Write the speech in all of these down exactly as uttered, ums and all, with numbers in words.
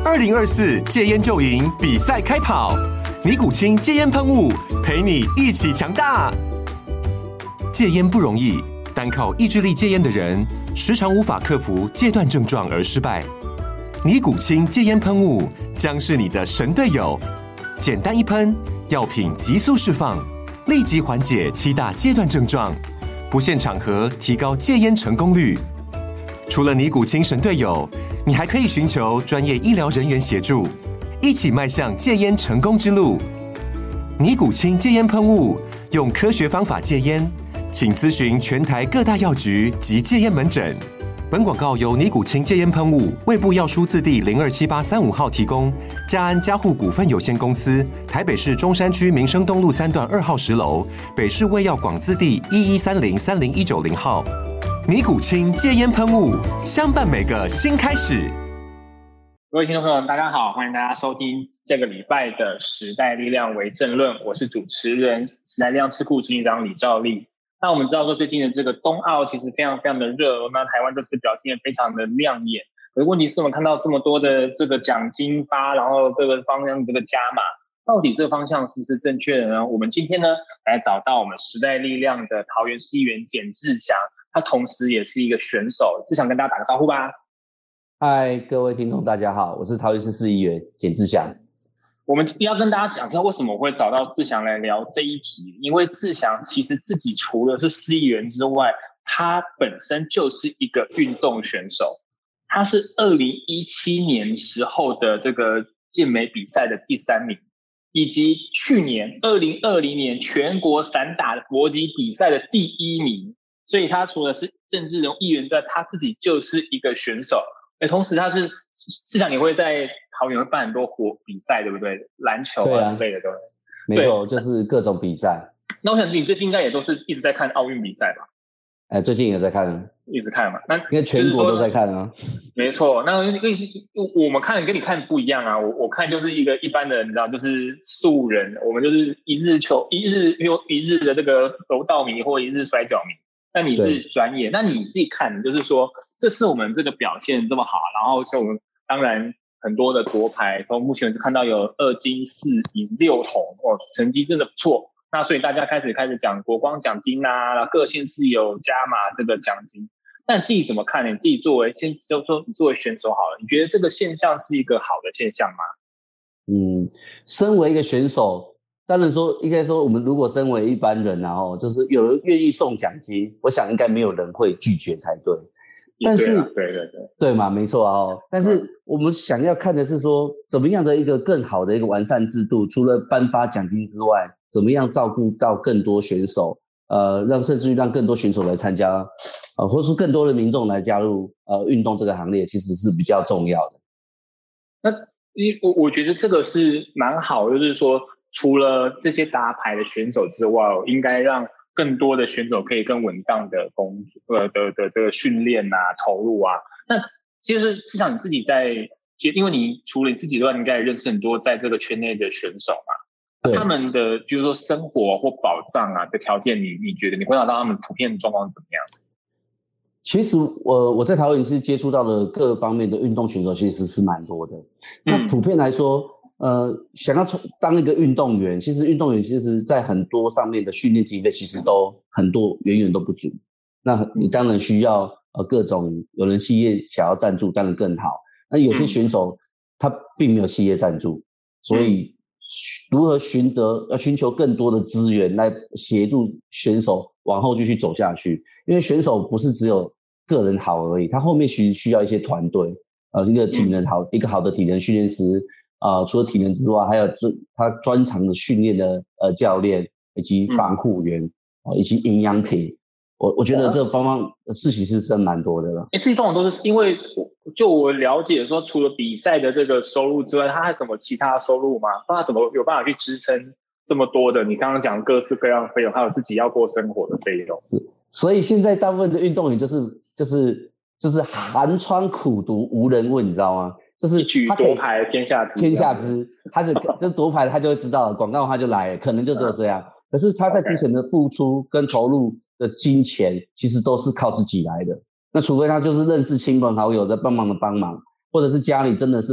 二零二四戒烟就赢比赛开跑，尼古清戒烟喷雾陪你一起强大。戒烟不容易，单靠意志力戒烟的人，时常无法克服戒断症状而失败。尼古清戒烟喷雾将是你的神队友，简单一喷，药品急速释放，立即缓解七大戒断症状，不限场合提高戒烟成功率。除了尼古清神队友，你还可以寻求专业医疗人员协助，一起迈向戒烟成功之路。尼古清戒烟喷雾，用科学方法戒烟，请咨询全台各大药局及戒烟门诊。本广告由尼古清戒烟喷雾、卫部药书字第零二七八三五号提供，嘉安嘉护股份有限公司，台北市中山区民生东路三段二号十楼，北市卫药广字第一一三零三零一九零号。尼古清戒烟喷雾，相伴每个新开始。 各位听众朋友大家好，欢迎大家收听这个礼拜的时代力量为政论，我是主持人时代力量智库执行长李兆立。那我们知道说最近的这个冬奥其实非常非常的热，那台湾这次表现非常的亮眼，可是问题是我们看到这么多的这个奖金发，然后各个方向这个加码，到底这个方向是不是正确的呢？我们今天呢来找到我们时代力量的桃园市议员简志祥，他同时也是一个选手，志祥跟大家打个招呼吧。 嗨，各位听众大家好，我是桃园市市议员简志祥。 我们要跟大家讲一下为什么我会找到志祥来聊这一题，因为志祥其实自己除了是市议员之外，他本身就是一个运动选手，他是二零一七年时候的这个健美比赛的第三名，以及去年二零二零年全国散打搏击比赛的第一名，所以他除了是政治人物议员之外，他自己就是一个选手。欸、同时他是志祥，你会在桃园会办很多活比赛对不对？篮球啊之类的都、啊、 没错，就是各种比赛。 那我想你最近应该也都是一直在看奥运比赛吧？ 哎，最近也在看， 一直看嘛。那因为全国都在看啊。 没错，那我们看跟你看不一样啊。我我看就是一个一般的，你知道，就是素人，我们就是一日球一日一日的这个柔道迷或一日摔跤迷。那你是专业，那你自己看，就是说，这次我们这个表现这么好，然后像我们当然很多的夺牌，从目前看到有二金四银六铜，哦，成绩真的不错。那所以大家开始开始讲国光奖金啊，各县市有加码这个奖金。那你自己怎么看呢？你自己作为先就说你作为选手好了，你觉得这个现象是一个好的现象吗？ 嗯，身为一个选手。当然说，应该说，我们如果身为一般人，然后就是有人愿意送奖金，我想应该没有人会拒绝才对。但是， 对对对， 对嘛，没错啊、哦。但是我们想要看的是说，怎么样的一个更好的一个完善制度，除了颁发奖金之外，怎么样照顾到更多选手，呃，让甚至于让更多选手来参加，呃，或是更多的民众来加入呃运动这个行列，其实是比较重要的。 那我我觉得这个是蛮好，就是说。除了这些打牌的选手之外，应该让更多的选手可以更稳当的工作呃的的这个训练啊投入啊。那其实至少你自己在，因为你除了你自己之外，你应该也认识很多在这个圈内的选手嘛。他们的比如说生活或保障啊的条件，你你觉得你观察到他们普遍的状况怎么样？ 其实我我在桃园是接触到的各方面的运动选手其实是蛮多的。那普遍来说。呃，想要当一个运动员，其实运动员其实在很多上面的训练经费其实都很多远远都不足。那你当然需要呃各种有人企业想要赞助，当然更好。那有些选手他并没有企业赞助，所以如何寻得要寻求更多的资源来协助选手往后继续走下去？因为选手不是只有个人好而已，他后面需需要一些团队，呃，一个体能好，一个好的体能训练师。啊、呃，除了体能之外，还有他专长的训练的呃教练，以及防护员，啊、嗯，以及营养品。我我觉得这方方事情是真蛮多的了。 哎，这些通常都是因为就我了解说，除了比赛的这个收入之外，他还有什么其他收入吗？他怎么有办法去支撑这么多的？你刚刚讲各式各样的费用，还有自己要过生活的费用。 是，所以现在大部分的运动员就是就是就是寒窗苦读无人问，你知道吗？就是一举夺牌天下知， 天下知，他就就夺牌他就会知道，广告他就来了，可能就只有这样。可是他在之前的付出跟投入的金钱，其实都是靠自己来的。那除非他就是认识亲朋好友在帮忙的帮忙，或者是家里真的是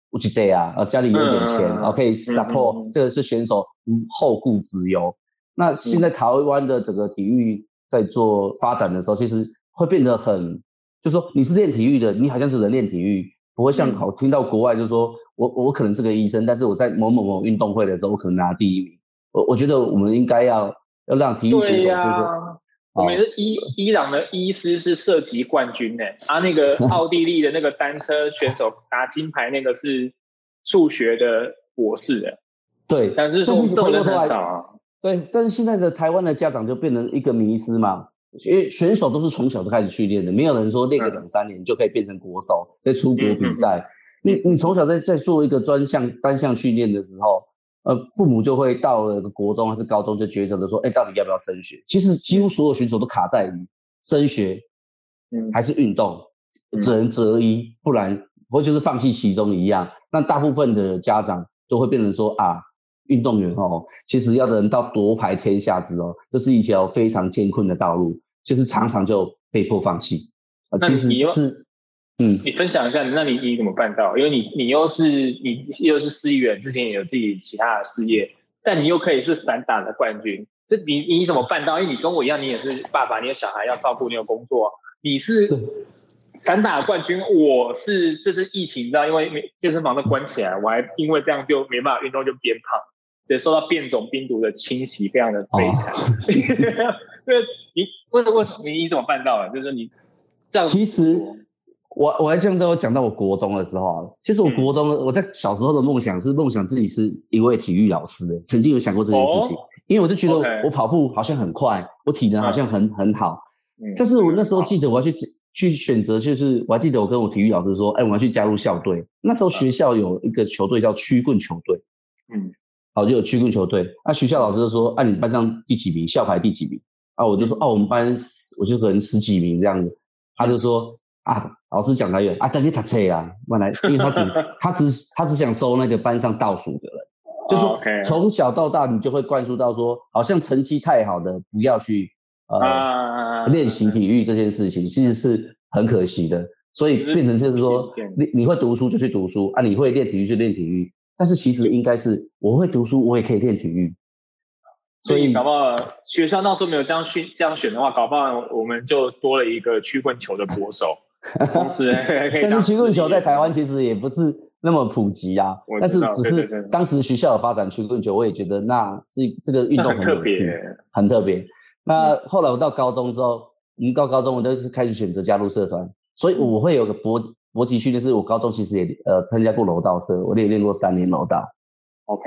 有一代啊，家里有点钱， 嗯啊，可以 support，、嗯、这个是选手后顾之忧。那现在台湾的整个体育在做发展的时候，其实会变得很，就是说你是练体育的，你好像只能练体育，不会像好听到国外就是说我我可能是个医生，但是我在某某某运动会的时候，我可能拿第一名。我我觉得我们应该要要让体育选手，就是说。 我们是伊伊朗的医师是射击冠军呢、欸，啊，那个奥地利的那个单车选手拿金牌那个是数学的博士的， 对， 但是说这种人很少啊。 对，但是现在的台湾的家长就变成一个迷思嘛，因为选手都是从小就开始训练的，没有人说练个两三年就可以变成国手，可以出国比赛。嗯、你你从小在在做一个专项单项训练的时候。呃，父母就会到了国中还是高中就抉择的说，哎，到底要不要升学？其实几乎所有选手都卡在于升学，嗯，还是运动，只能择一，不然或就是放弃其中一样。那大部分的家长都会变成说啊，运动员哦，其实要能到夺牌天下之哦，这是一条非常艰困的道路，就是常常就被迫放弃。啊，其实是。 嗯，你分享一下，那你你怎么办到？因为你你又是你又是市议员，之前也有自己其他的事业，但你又可以是散打的冠军，这你你怎么办到？因为你跟我一样，你也是爸爸，你有小孩要照顾，你有工作，你是散打的冠军，我是这次疫情，你知道，因为健身房都关起来，我还因为这样就没办法运动，就变胖，对，受到变种病毒的侵袭，非常的悲惨。哦、因为你为什么你你怎么办到的？就是你这样， 其实。我我还这样都有讲到我国中的时候啊，其实我国中、嗯、我在小时候的梦想是梦想自己是一位体育老师的，曾经有想过这件事情，哦、因为我就觉得我跑步好像很快，我体能好像很、嗯、很好，嗯、但是我那时候记得我要去去选择，就是我还记得我跟我体育老师说，哎，我要去加入校队，那时候学校有一个球队叫曲棍球队，嗯，好就有曲棍球队，那学校老师就说，啊你班上第几名，校排第几名，啊我就说，哦、嗯啊、我们班我就可能十几名这样子，他就说。啊，老师讲台语啊，等你读册啊，本来因为他只他只他只想收那个班上倒数的人，就是说从小到大你就会灌输到说，好像成绩太好的不要去呃练习体育这件事情，其实是很可惜的，所以变成就是说你你会读书就去读书啊，你会练体育就练体育，但是其实应该是我会读书，我也可以练体育。 所以搞不好学校那时候没有这样选这样选的话，搞不好我们就多了一个曲棍球的国手。同时但是曲棍球在台湾其实也不是那么普及啊，但是只是当时学校有发展曲棍球，我也觉得那是这个运动很有趣，很特别。那后来我到高中之后，我们到高中我就开始选择加入社团，所以我会有个搏搏击训练，是我高中其实也呃参加过柔道社，我也练过三年柔道。 OK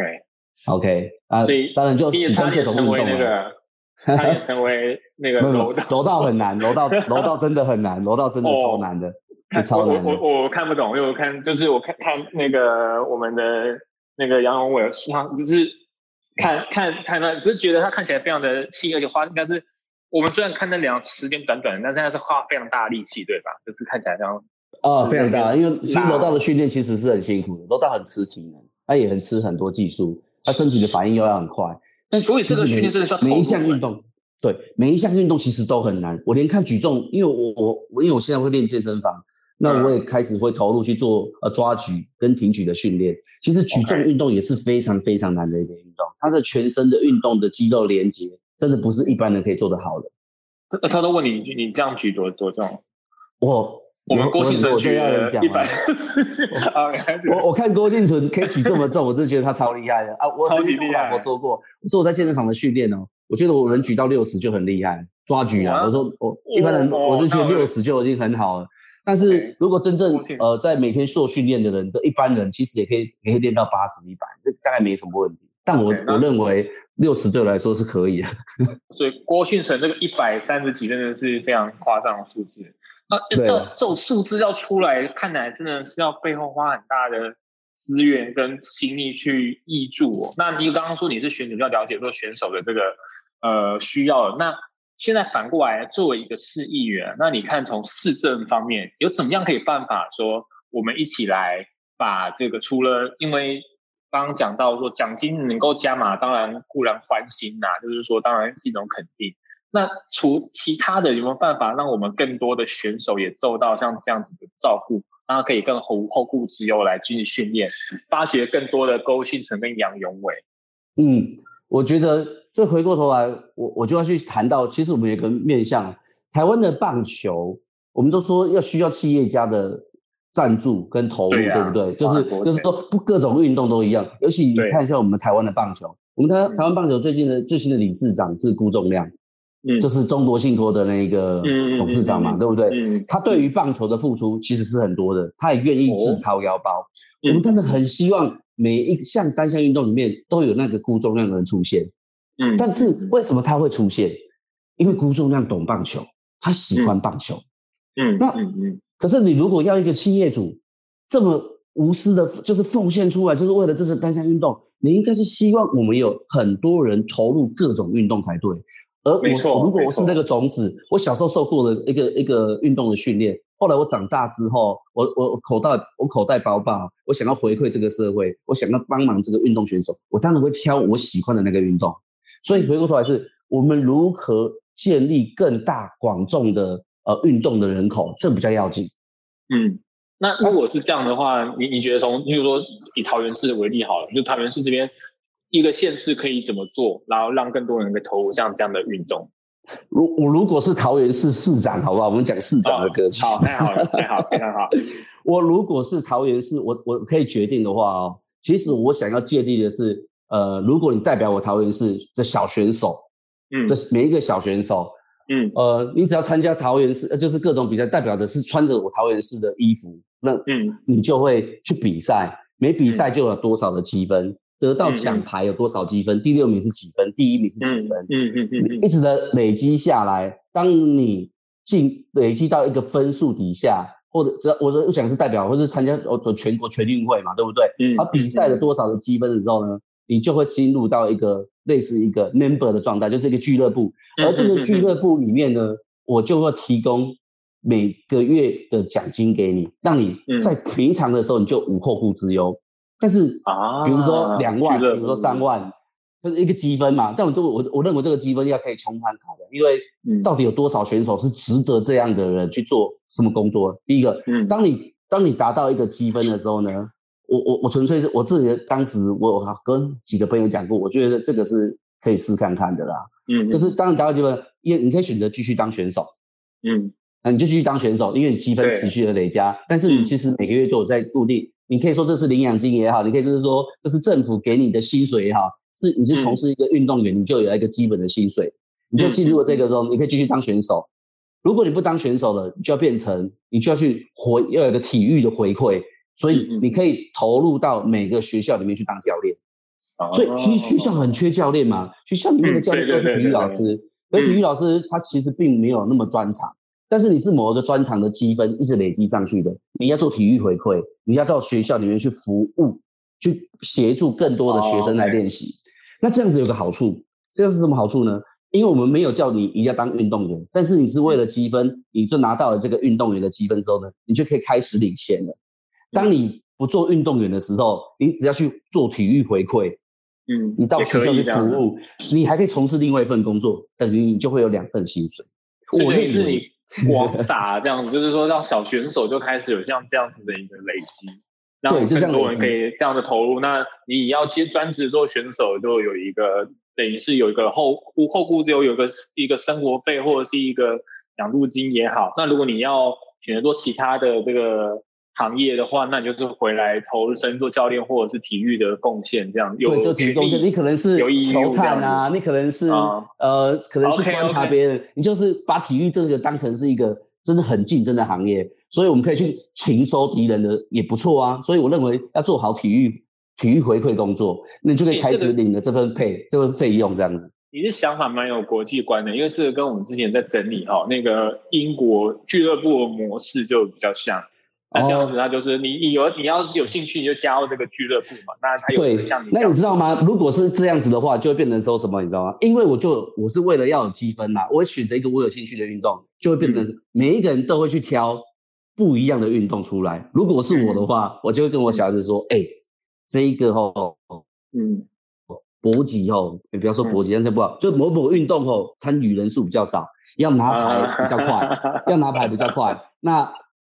OK 啊，所以当然就喜欢各种运动了。 差点成为那个柔道， 柔道很难，柔道柔道真的很难，柔道真的超难的， 哦、 超难的。 我我我看不懂，因为我看就是我看看那个我们的那个杨永伟，他就是看看看他，只是觉得他看起来非常的细，而且花应该是我们虽然看那两时间短短的，但是他是花非常大的力气，对吧？就是看起来这样哦，非常大，因为柔道的训练其实是很辛苦的，柔道很吃体能，他也很吃很多技术，他身体的反应又要很快。但所以这个训练真的是要每一项运动，对每一项运动其实都很难。我连看举重，因为我我我因为我现在会练健身房，那我也开始会投入去做呃抓举跟挺举的训练。其实举重运动也是非常非常难的一个运动，它的全身的运动的肌肉连接，真的不是一般人可以做得好的。 他都问你，你这样举多多重？ 我。 我们郭婞淳举一百， 我我看郭婞淳可以举这么重，我就觉得他超厉害的啊！我超级厉害。 我说过，我说我在健身房的训练哦，我觉得我能举到六十就很厉害，抓举啊！我说我一般人我是觉得六十就已经很好了，但是如果真正呃在每天做训练的人的一般人，其实也可以也可以练到八十、一百，这大概没什么问题。但我我认为六十对我来说是可以的。 所以郭婞淳这个一百三十几真的是非常夸张的数字。那这这种数字要出来，看来真的是要背后花很大的资源跟心力去挹注哦。那你刚刚说你是选手，要了解说选手的这个呃需要。那现在反过来，作为一个市议员，那你看从市政方面有怎么样可以办法说，我们一起来把这个除了因为刚刚讲到说奖金能够加码，当然固然欢欣呐、啊，就是说当然是一种肯定。那除其他的有没有办法让我们更多的选手也受到像这样子的照顾， 让他可以更后后顾之忧来进行训练，发掘更多的勾信成跟杨永伟。 嗯，我觉得这回过头来，我我就要去谈到，其实我们有一个面向台湾的棒球，我们都说要需要企业家的赞助跟投入， 对,、啊、对不对？就是就是说不各种运动都一样，尤其你看一下我们台湾的棒球，我们台台湾棒球最近的、嗯、最新的理事长是辜仲谅。嗯，就是中国信托的那个董事长嘛，嗯嗯嗯、对不对？嗯，他对于棒球的付出其实是很多的，他也愿意自掏腰包。哦、我们真的很希望每一项单项运动里面都有那个辜仲谅的人出现。嗯，但是为什么他会出现？因为辜仲谅懂棒球，他喜欢棒球。嗯，那嗯嗯，可是你如果要一个企业主这么无私的，就是奉献出来，就是为了这次单项运动，你应该是希望我们有很多人投入各种运动才对。而我如果我是那个种子，我小时候受过的一个一个运动的训练，后来我长大之后，我我口袋我口袋饱饱，我想要回馈这个社会，我想要帮忙这个运动选手，我当然会挑我喜欢的那个运动。所以回过头来是我们如何建立更大广众的呃运动的人口，这比较要紧。 嗯，那如果是这样的话，你你觉得从比如说以桃园市为例好了，就桃园市这边。一个县市可以怎么做，然后让更多人可以投入像这样的运动？ 如我如果是桃园市市长，好不好？我们讲市长的歌曲。 哦、好，太好了，太好，非常好。 我如果是桃园市，我我可以决定的话哦，其实我想要建立的是，呃，如果你代表我桃园市的小选手，嗯，的每一个小选手，嗯，呃，你只要参加桃园市，呃，就是各种比赛，代表的是穿着我桃园市的衣服，那嗯，你就会去比赛，每比赛就有多少的积分。嗯，得到奖牌有多少积分？嗯嗯，第六名是几分？第一名是几分？嗯嗯嗯嗯，一直的累积下来，当你进累积到一个分数底下，或者这我我想是代表，或者是参加哦全国全运会嘛，对不对？嗯，他比赛了多少的积分的时候呢，你就会进入到一个类似一个 member 的状态，就是一个俱乐部。而这个俱乐部里面呢，我就会提供每个月的奖金给你，让你在平常的时候你就无后顾之忧。但是，比如说两万，比如说三万，就是一个积分嘛。但我都我我认为这个积分要可以重判考的，因为到底有多少选手是值得这样的人去做什么工作？第一个，嗯，当你当你达到一个积分的时候呢，我我我纯粹是我自己当时我跟几个朋友讲过，我觉得这个是可以试看看的啦。嗯，就是当你达到积分，因为你可以选择继续当选手，嗯，那你就继续当选手，因为你积分持续的累加，但是你其实每个月都有在固定。你可以说这是领养金也好，你可以就是说这是政府给你的薪水也好，是你是从事一个运动员，你就有一个基本的薪水，你就进入了这个时候，你可以继续当选手。如果你不当选手了，你就要变成你就要去回要有一个体育的回馈，所以你可以投入到每个学校里面去当教练。所以其实学校很缺教练嘛，学校里面的教练都是体育老师，而体育老师他其实并没有那么专长。但是你是某一个专长的积分一直累积上去的，你要做体育回馈，你要到学校里面去服务，去协助更多的学生来练习。Oh, okay. 那这样子有个好处，这样是什么好处呢？因为我们没有叫你一定要当运动员，但是你是为了积分，你就拿到了这个运动员的积分之后呢，你就可以开始领先了。当你不做运动员的时候，你只要去做体育回馈，嗯，你到学校去服务，你还可以从事另外一份工作，等于你就会有两份薪水。 我认为你广撒这样子，就是说让小选手就开始有像这样子的一个累积，让更多人可以这样的投入。那你要接专职做选手，就有一个等于是有一个后后顾之忧，有一个一个生活费或者是一个养路金也好。那如果你要选择做其他的这个行业的话，那你就是回来投身做教练或者是体育的贡献，这样有对，就体育贡献。你可能是球探啊，你可能是、嗯、呃，可能是观察别人， okay, okay. 你就是把体育这个当成是一个真的很竞争的行业，所以我们可以去勤收敌人的也不错啊。所以我认为要做好体育体育回馈工作，那你就可以开始领了这份配、欸、这份费用这样子。 你是想法蛮有国际观的，因为这个跟我们之前在整理哈那个英国俱乐部的模式就比较像。那这样子，那就是你你有你要是有兴趣，你就加入这个俱乐部嘛。那他有像你， 那你知道吗？如果是这样子的话，就会变成说什么？你知道吗？因为我就我是为了要有积分嘛，我会选择一个我有兴趣的运动，就会变成每一个人都会去挑不一样的运动出来。如果是我的话，嗯、我就会跟我小孩子说：“哎、欸，这一个吼，嗯，搏击吼，不要说搏击，这样不好，就某某运动吼，参与人数比较少，要拿牌比较快，啊、要拿牌比较快。那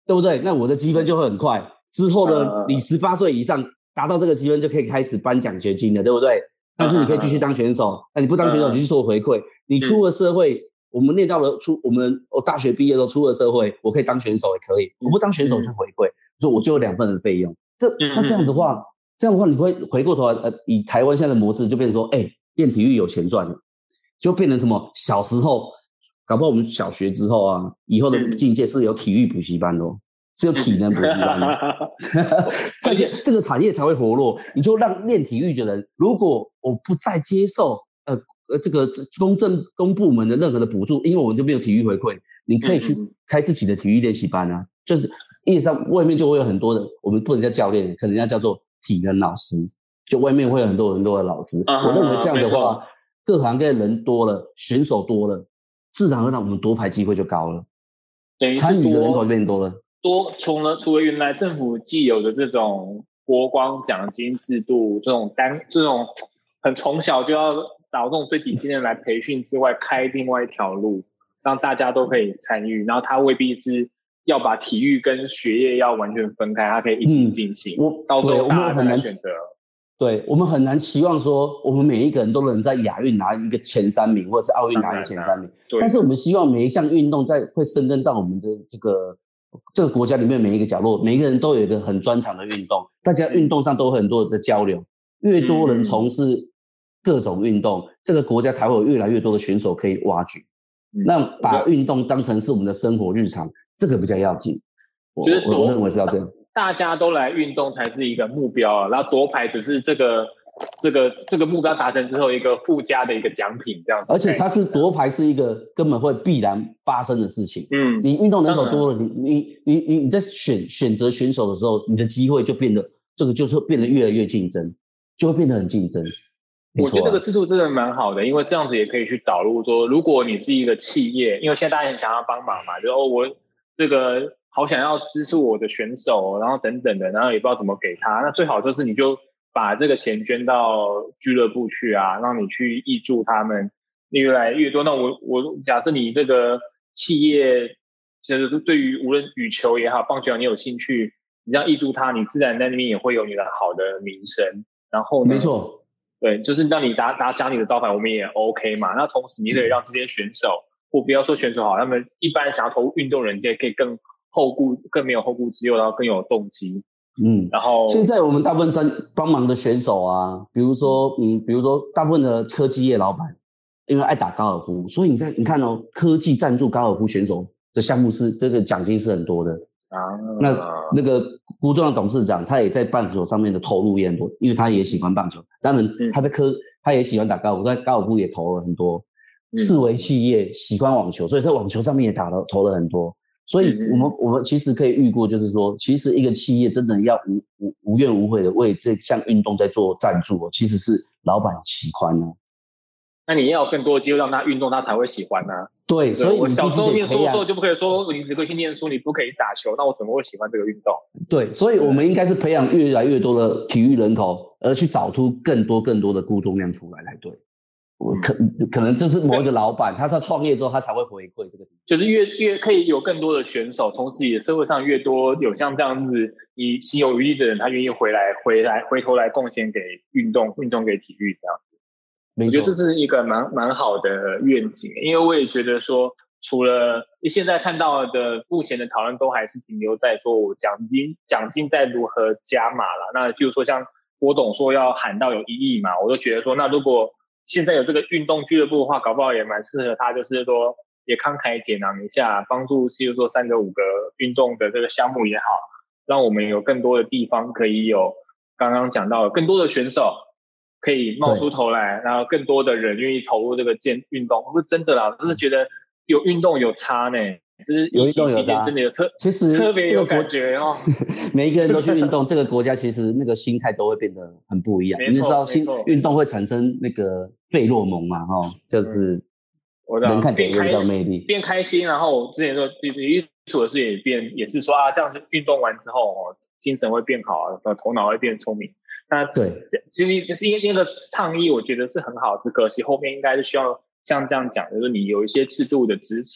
对不对？那我的积分就会很快。之后呢，你十八岁以上达到这个积分就可以开始颁奖学金了，对不对？但是你可以继续当选手，那你不当选手，你就去做回馈。你出了社会，我们念到了出，我们我大学毕业都出了社会，我可以当选手也可以，我不当选手就回馈，所以我就有两份的费用。这那这样的话，这样的话你会回过头来，呃，以台湾现在的模式就变成说，哎，练体育有钱赚了，就变成什么？小时候，搞不好我们小学之后啊，以后的境界是有体育补习班的哦。是有体能补习班的，这个这个产业才会活络。你就让练体育的人，如果我不再接受呃呃这个公正公部门的任何的补助，因为我们就没有体育回馈，你可以去开自己的体育练习班啊。就是意义上外面就会有很多的，我们不能叫教练，可能要叫做体能老师，就外面会有很多很多的老师。我认为这样的话，各行各业人多了，选手多了，自然而然我们夺牌机会就高了，参与的人口就变多了。 多除了除了原来政府既有的这种国光奖金制度，这种单这种很从小就要找这种最底薪的人来培训之外，开另外一条路，让大家都可以参与。然后他未必是要把体育跟学业要完全分开，他可以一起进行。嗯、我到时候大家很难选择。 对，我们很难期望说，我们每一个人都能在亚运拿一个前三名，或者是奥运拿一个前三名。但是我们希望每一项运动在会深耕到我们的这个。这个国家里面每一个角落，每一个人都有一个很专长的运动，大家运动上都有很多的交流，越多人从事各种运动，嗯、这个国家才会有越来越多的选手可以挖掘。嗯、那把运动当成是我们的生活日常，这个比较要紧。我就是我认为是要这样， 大家都来运动才是一个目标啊，然后夺牌只是这个。这个这个目标达成之后，一个附加的一个奖品，这样子。 而且它是夺牌是一个根本会必然发生的事情。嗯，你运动人口多了，你你你你你在选选择选手的时候，你的机会就变得这个就是变得越来越竞争，就会变得很竞争。 我觉得这个制度真的蛮好的，因为这样子也可以去导入说，如果你是一个企业，因为现在大家很想要帮忙嘛，就哦我这个好想要资助我的选手，然后等等的，然后也不知道怎么给他，那最好就是你就。把这个钱捐到俱乐部去啊，让你去挹注他们越来越多。那我我假设你这个企业其实对于无论羽球也好，棒球你有兴趣，你这样挹注他，你自然在那边也会有你的好的名声。然后呢， 没错， 对，就是让你打打响你的招牌，我们也 OK 嘛。那同时你可以让这些选手，或不要说选手好，他们一般想要投入运动人，也可以更后顾更没有后顾之忧，然后更有动机。 嗯，然后现在我们大部分在帮忙的选手啊，比如说，嗯，比如说大部分的科技业老板，因为爱打高尔夫，所以你在你看哦，科技赞助高尔夫选手的项目是这个奖金是很多的啊。那那个辜仲谅董事长他也在棒球上面的投入也很多，因为他也喜欢棒球，当然他在科、嗯、他也喜欢打高尔夫，在高尔夫也投了很多。视为企业喜欢网球，所以在网球上面也打了投了很多。所以我们我们其实可以预估，就是说，其实一个企业真的要无无无怨无悔的为这项运动在做赞助，其实是老板喜欢啊。 那你要有更多的机会让他运动，他才会喜欢啊。 对，所以我小时候念书的时候就不可以说你只可以去念书，你不可以打球，那我怎么会喜欢这个运动？ 对，所以我们应该是培养越来越多的体育人口，而去找出更多更多的辜仲谅出来才对。我可可能这是某一个老板，他在创业之后，他才会回馈这个， 就是越越可以有更多的选手，同时也社会上越多有像这样子以心有余力的人，他愿意回来回来回头来贡献给运动，运动给体育这样子。我觉得这是一个蛮蛮好的愿景，因为我也觉得说，除了现在看到的目前的讨论都还是停留在说我奖金奖金在如何加码啦。那比如说像郭董说要喊到有一亿嘛，我就觉得说，那如果现在有这个运动俱乐部的话，搞不好也蛮适合他，就是说也慷慨解囊一下，帮助譬如说三个五个运动的这个项目也好，让我们有更多的地方可以有刚刚讲到的更多的选手可以冒出头来，然后更多的人愿意投入这个健运动。不是真的啦，就是觉得有运动有差呢，就是疫情期间真的有特其实特别有感觉哦。 每一个人都去运动，这个国家其实那个心态都会变得很不一样。你知道，新运动会产生那个费洛蒙嘛？哈，就是人看起来有比较魅力， 变开心。然后我之前说，你一处的事也变，也是说啊，这样子运动完之后哦，精神会变好，头脑会变聪明。那对， 其实今天那个倡议，我觉得是很好，只可惜后面应该是需要像这样讲，就是你有一些制度的支持。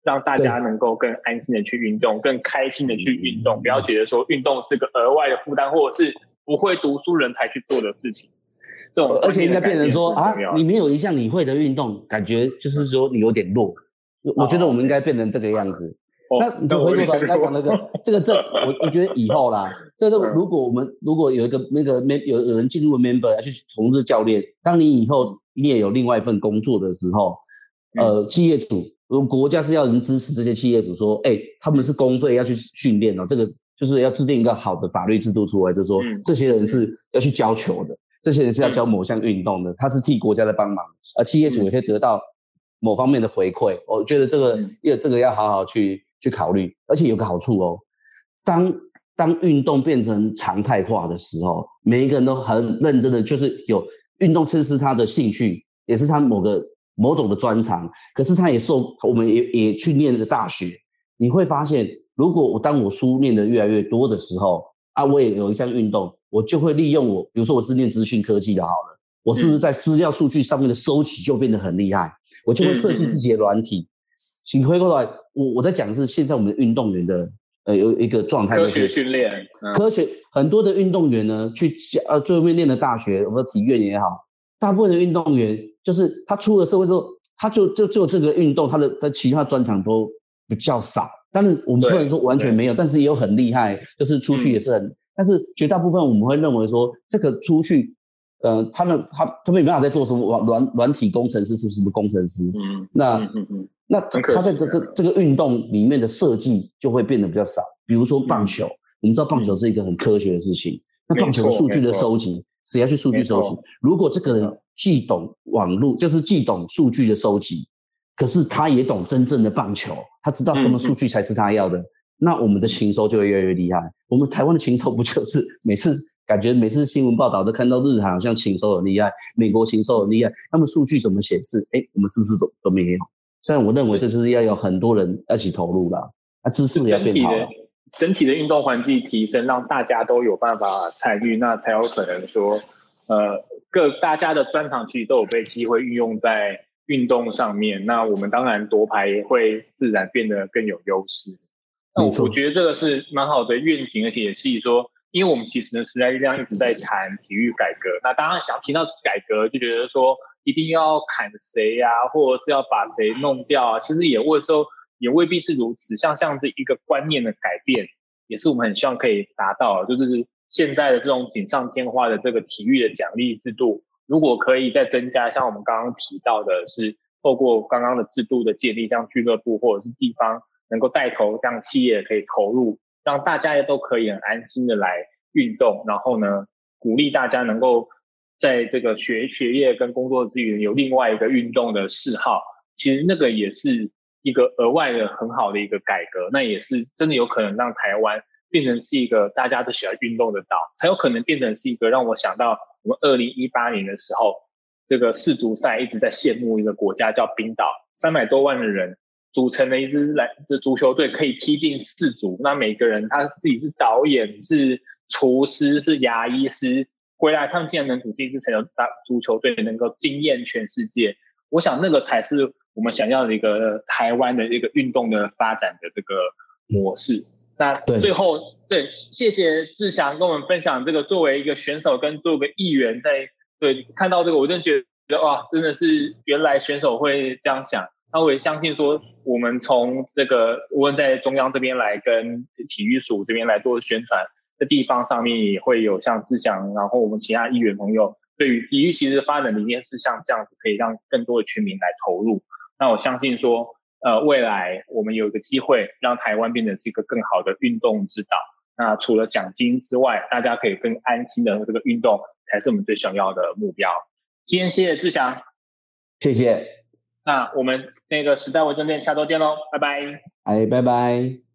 让大家能够更安心的去运动，更开心的去运动，不要觉得说运动是个额外的负担，或者是不会读书人才去做的事情。这种而且应该变成说啊，你没有一项你会的运动，感觉就是说你有点弱。我觉得我们应该变成这个样子。哦、那你就回过头来讲那个这个这我我觉得以后啦，这个如果我们如果有一个那个有有人进入 member 要去从事教练，当你以后你也有另外一份工作的时候，呃，企业主国家是要人支持这些企业主说，哎、欸，他们是公费要去训练哦，这个就是要制定一个好的法律制度出来，就是说、嗯、这些人是要去教球的，这些人是要教某项运动的，他是替国家在帮忙，而企业主也可以得到某方面的回馈。我觉得这个也这个要好好去去考虑，而且有个好处哦，当当运动变成常态化的时候，每一个人都很认真的，就是有运动，这是他的兴趣，也是他某个某种的专长。可是他也受，我们也也去念那个大学，你会发现，如果我当我书念的越来越多的时候啊，我也有一项运动，我就会利用我，比如说我是念资讯科技的好了，我是不是在资料数据上面的收集就变得很厉害？我就会设计自己的软体。请回过来，我我在讲的是现在我们的运动员的呃有一个状态， 科学训练， 嗯、科学很多的运动员呢，去呃最后面念的大学或者体院也好，大部分的运动员就是他出了社会之后，他就就就这个运动，他的他其他专长都比较少。但是我们不能说完全没有，但是也有很厉害，就是出去也是很，嗯、但是绝大部分我们会认为说这个出去。呃，他们他他没办法在做什么软软体工程师，是不是工程师？嗯，那嗯嗯嗯，那他在这个这个运动里面的设计就会变得比较少。比如说棒球，嗯、我们知道棒球是一个很科学的事情，嗯、那棒球的数据的收集，谁要去数据收集？如果这个人既懂网络，就是既懂数据的收集，可是他也懂真正的棒球，他知道什么数据才是他要的，嗯、那我们的禽兽就会越来越厉害。我们台湾的禽兽不就是每次？感觉每次新闻报道都看到日韩好像禽兽很厉害，美国禽兽很厉害，他们数据怎么显示？哎，我们是不是都都没有？虽然我认为这就是要有很多人一起投入啦，啊，知识也要变好了。 整体的运动环境提升，让大家都有办法参与，那才有可能说，呃，各大家的专长其实都有被机会运用在运动上面。那我们当然夺牌也会自然变得更有优势。那我我觉得这个是蛮好的愿景，而且也是说。因为我们其实呢，时代力量一直在谈体育改革，那当然想提到改革，就觉得说一定要砍谁啊，或者是要把谁弄掉啊，其实也有时候也未必是如此。像这样子一个观念的改变，也是我们很希望可以达到，就是现在的这种锦上添花的这个体育的奖励制度，如果可以再增加，像我们刚刚提到的是透过刚刚的制度的建立，像俱乐部或者是地方能够带头，让企业可以投入。让大家都可以很安心的来运动，然后呢，鼓励大家能够在这个学学业跟工作之余有另外一个运动的嗜好，其实那个也是一个额外的很好的一个改革，那也是真的有可能让台湾变成是一个大家都喜欢运动的岛，才有可能变成是一个让我想到我们二零一八年的时候，这个世足赛一直在羡慕一个国家叫冰岛，三百多万的人。组成了一支来这足球队，可以踢进世足。那每个人他自己是导演、是厨师、是牙医师，回来他们竟然能组织一支足球队，能够惊艳全世界。我想那个才是我们想要的一个台湾的一个运动的发展的这个模式。那最后，对，谢谢志祥跟我们分享这个作为一个选手跟作为一个议员在，对看到这个，我真的觉得哇，真的是原来选手会这样想。那我也相信说，我们从这个无论在中央这边来跟体育署这边来做宣传的地方上面，也会有像志祥，然后我们其他议员朋友对于体育其实的发展理念是像这样子，可以让更多的全民来投入。那我相信说，呃，未来我们有一个机会让台湾变成是一个更好的运动之岛。那除了奖金之外，大家可以更安心的这个运动，才是我们最想要的目标。今天谢谢志祥， 谢谢。 那我们那个时代微正店下周见喽，拜拜。 哎，拜拜。